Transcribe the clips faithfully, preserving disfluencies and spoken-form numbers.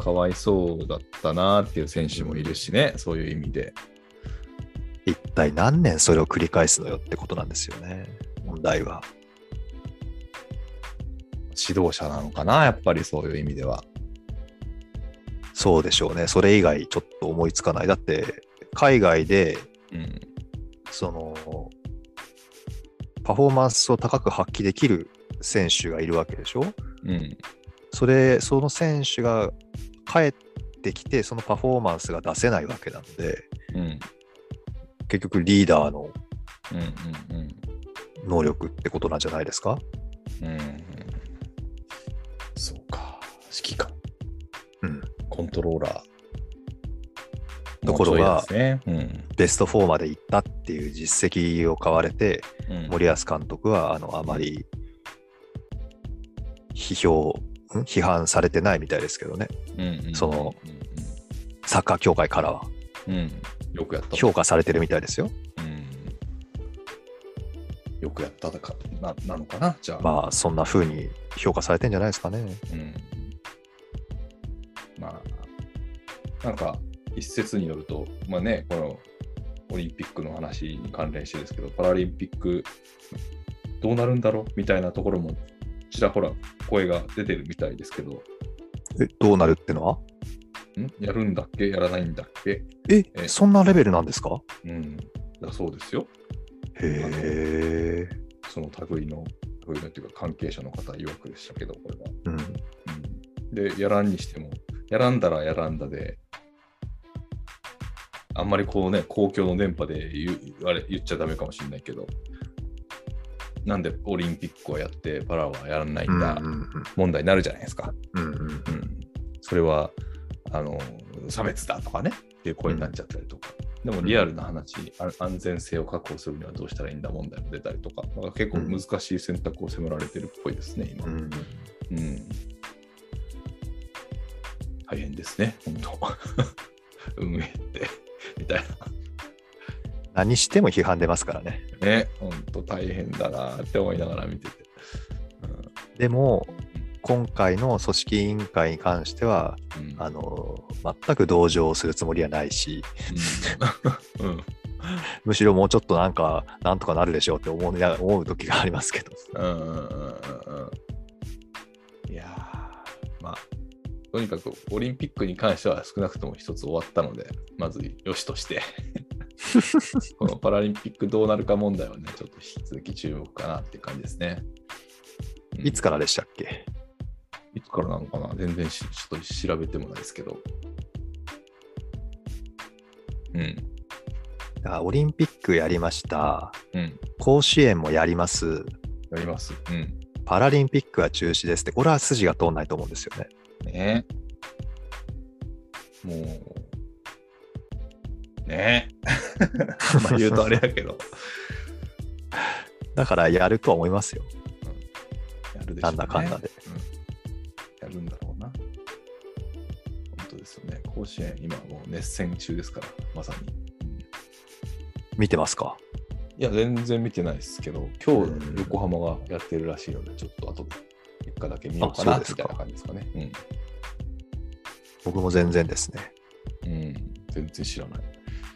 かわいそうだったなっていう選手もいるしね、うん、そういう意味で。 一体何年それを繰り返すのよってことなんですよね、問題は。 指導者なのかな、やっぱりそういう意味では。 そうでしょうね。それ以外ちょっと思いつかない。だって海外で、うん、そのパフォーマンスを高く発揮できる選手がいるわけでしょ。うん、それその選手が帰ってきてそのパフォーマンスが出せないわけなので、うん、結局リーダーの能力ってことなんじゃないですか。 うんうんうん、そうか、指揮官、うん、コントローラー。 ところが、ね、うん、ベストフォーまで行ったっていう実績を買われて、うん、森保監督はあのあまり批評、うん、批判されてないみたいですけどね、うんうんうん、そのサッカー協会からは、 うん、よくやった評価されてるみたいですよ、うん、 よくやったか な, なのかな。じゃあまあそんな風に評価されてんじゃないですかね、うん、 まあなんか一説によると、まあね、このオリンピックの話に関連してですけど、パラリンピックどうなるんだろうみたいなところもちらほら声が出てるみたいですけど。 え、どうなるってのは？ んやるんだっけ、やらないんだっけ。 え、えそんなレベルなんですか？ うん、だそうですよ。 へー。 その類の、類のっていうか関係者の方曰くでしたけど、これは。うんうん、で、やらんにしても、やらんだらやらんだで、あんまりこうね、公共の電波で 言, あれ言っちゃダメかもしれないけど、なんでオリンピックをやってパラはやらないんだ、うんうんうん、問題になるじゃないですか。うんうんうん、それはあの差別だとかねっていう声になっちゃったりとか、うん、でもリアルな話、うん、安全性を確保するにはどうしたらいいんだ問題も出たりとか、なんか結構難しい選択を迫られてるっぽいですね、今。うんうん、大変ですね、本当。運営ってみたいな。 何しても批判出ますからね。 ね、本当大変だなって思いながら見てて。 うん、でも、今回の組織委員会に関しては、うん、あの全く同情するつもりはないし、うんうん、むしろもうちょっとなんかなんとかなるでしょうって思う、思う時がありますけど。うんうんうんうん、 いやまあとにかくオリンピックに関しては少なくとも一つ終わったので、まずよしとしてこのパラリンピックどうなるか問題はね、ちょっと引き続き注目かなっていう感じですね。 うん、いつからでしたっけ？ いつからなのかな、全然ちょっと調べてもないですけど。 うん。だからオリンピックやりました。うん。甲子園もやります。 やります。うん。 パラリンピックは中止ですって、これは筋が通んないと思うんですよね。 ねえ。もう、ねえ。まあ言うとあれだけど。 だからやるとは思いますよ。 うん、やるでしょうね。 なんだかんだで。 うん、やるんだろうな。本当ですよね。甲子園、今もう熱戦中ですから、まさに。うん、 見てますか？ いや、全然見てないですけど、今日横浜がやってるらしいので、ちょっと後で一回だけ見ようかなみたいな感じですかね。うん、 僕も全然ですね。 うん、全然知らない。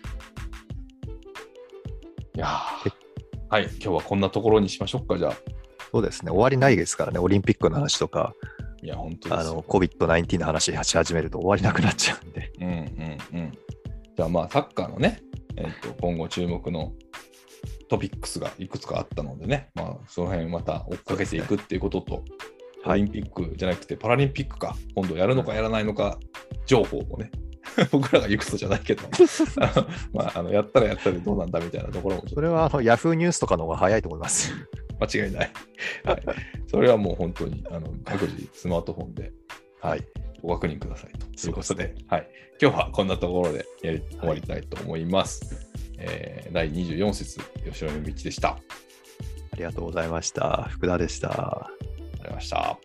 いやー、はい、今日はこんなところにしましょうか、じゃあ。 そうですね、終わりないですからね、オリンピックの話とか、 いや、本当です。 あの コビッドナインティーン の話し始めると終わりなくなっちゃうんで。 うんうんうん。じゃあ、まあ、サッカーのね、えーと、今後注目のトピックスがいくつかあったのでね、まあ、その辺また追っかけていくっていうことと、ね、オリンピックじゃなくてパラリンピックか、今度やるのかやらないのか情報をね、僕らが言うことじゃないけど、まあ、あのやったらやったでどうなんだみたいなところも。 それはあのヤフーニュースとかの方が早いと思います。 間違いない。はい、それはもう本当にあの各自スマートフォンで、はい、ご確認くださいということで、はい、今日はこんなところでやり終わりたいと思います。はい、えー、だいにじゅうよん節、吉野の道でした。 ありがとうございました。福田でした。 ありがとうございました。